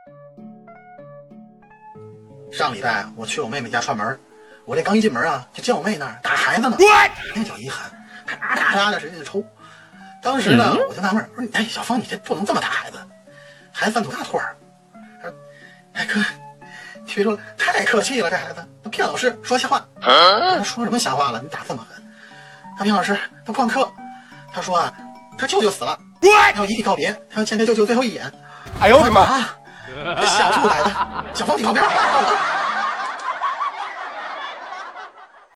上礼拜我去我妹妹家串门，我这刚一进门啊，就见我妹那儿打孩子呢，那叫一狠，啪啪啪的使劲抽。当时呢，我就纳闷，我说：“哎，小芳，你这不能这么打孩子，孩子犯多大错儿？”他说：“哎哥，你别说，太客气了，这孩子他骗老师说瞎话。他说什么瞎话了？你打这么狠？他骗老师，他旷课。他说啊，他舅舅死了，他要遗体告别，他要见他舅舅最后一眼。” 哎呦我的妈！ 这小兔崽子，小芳你靠边！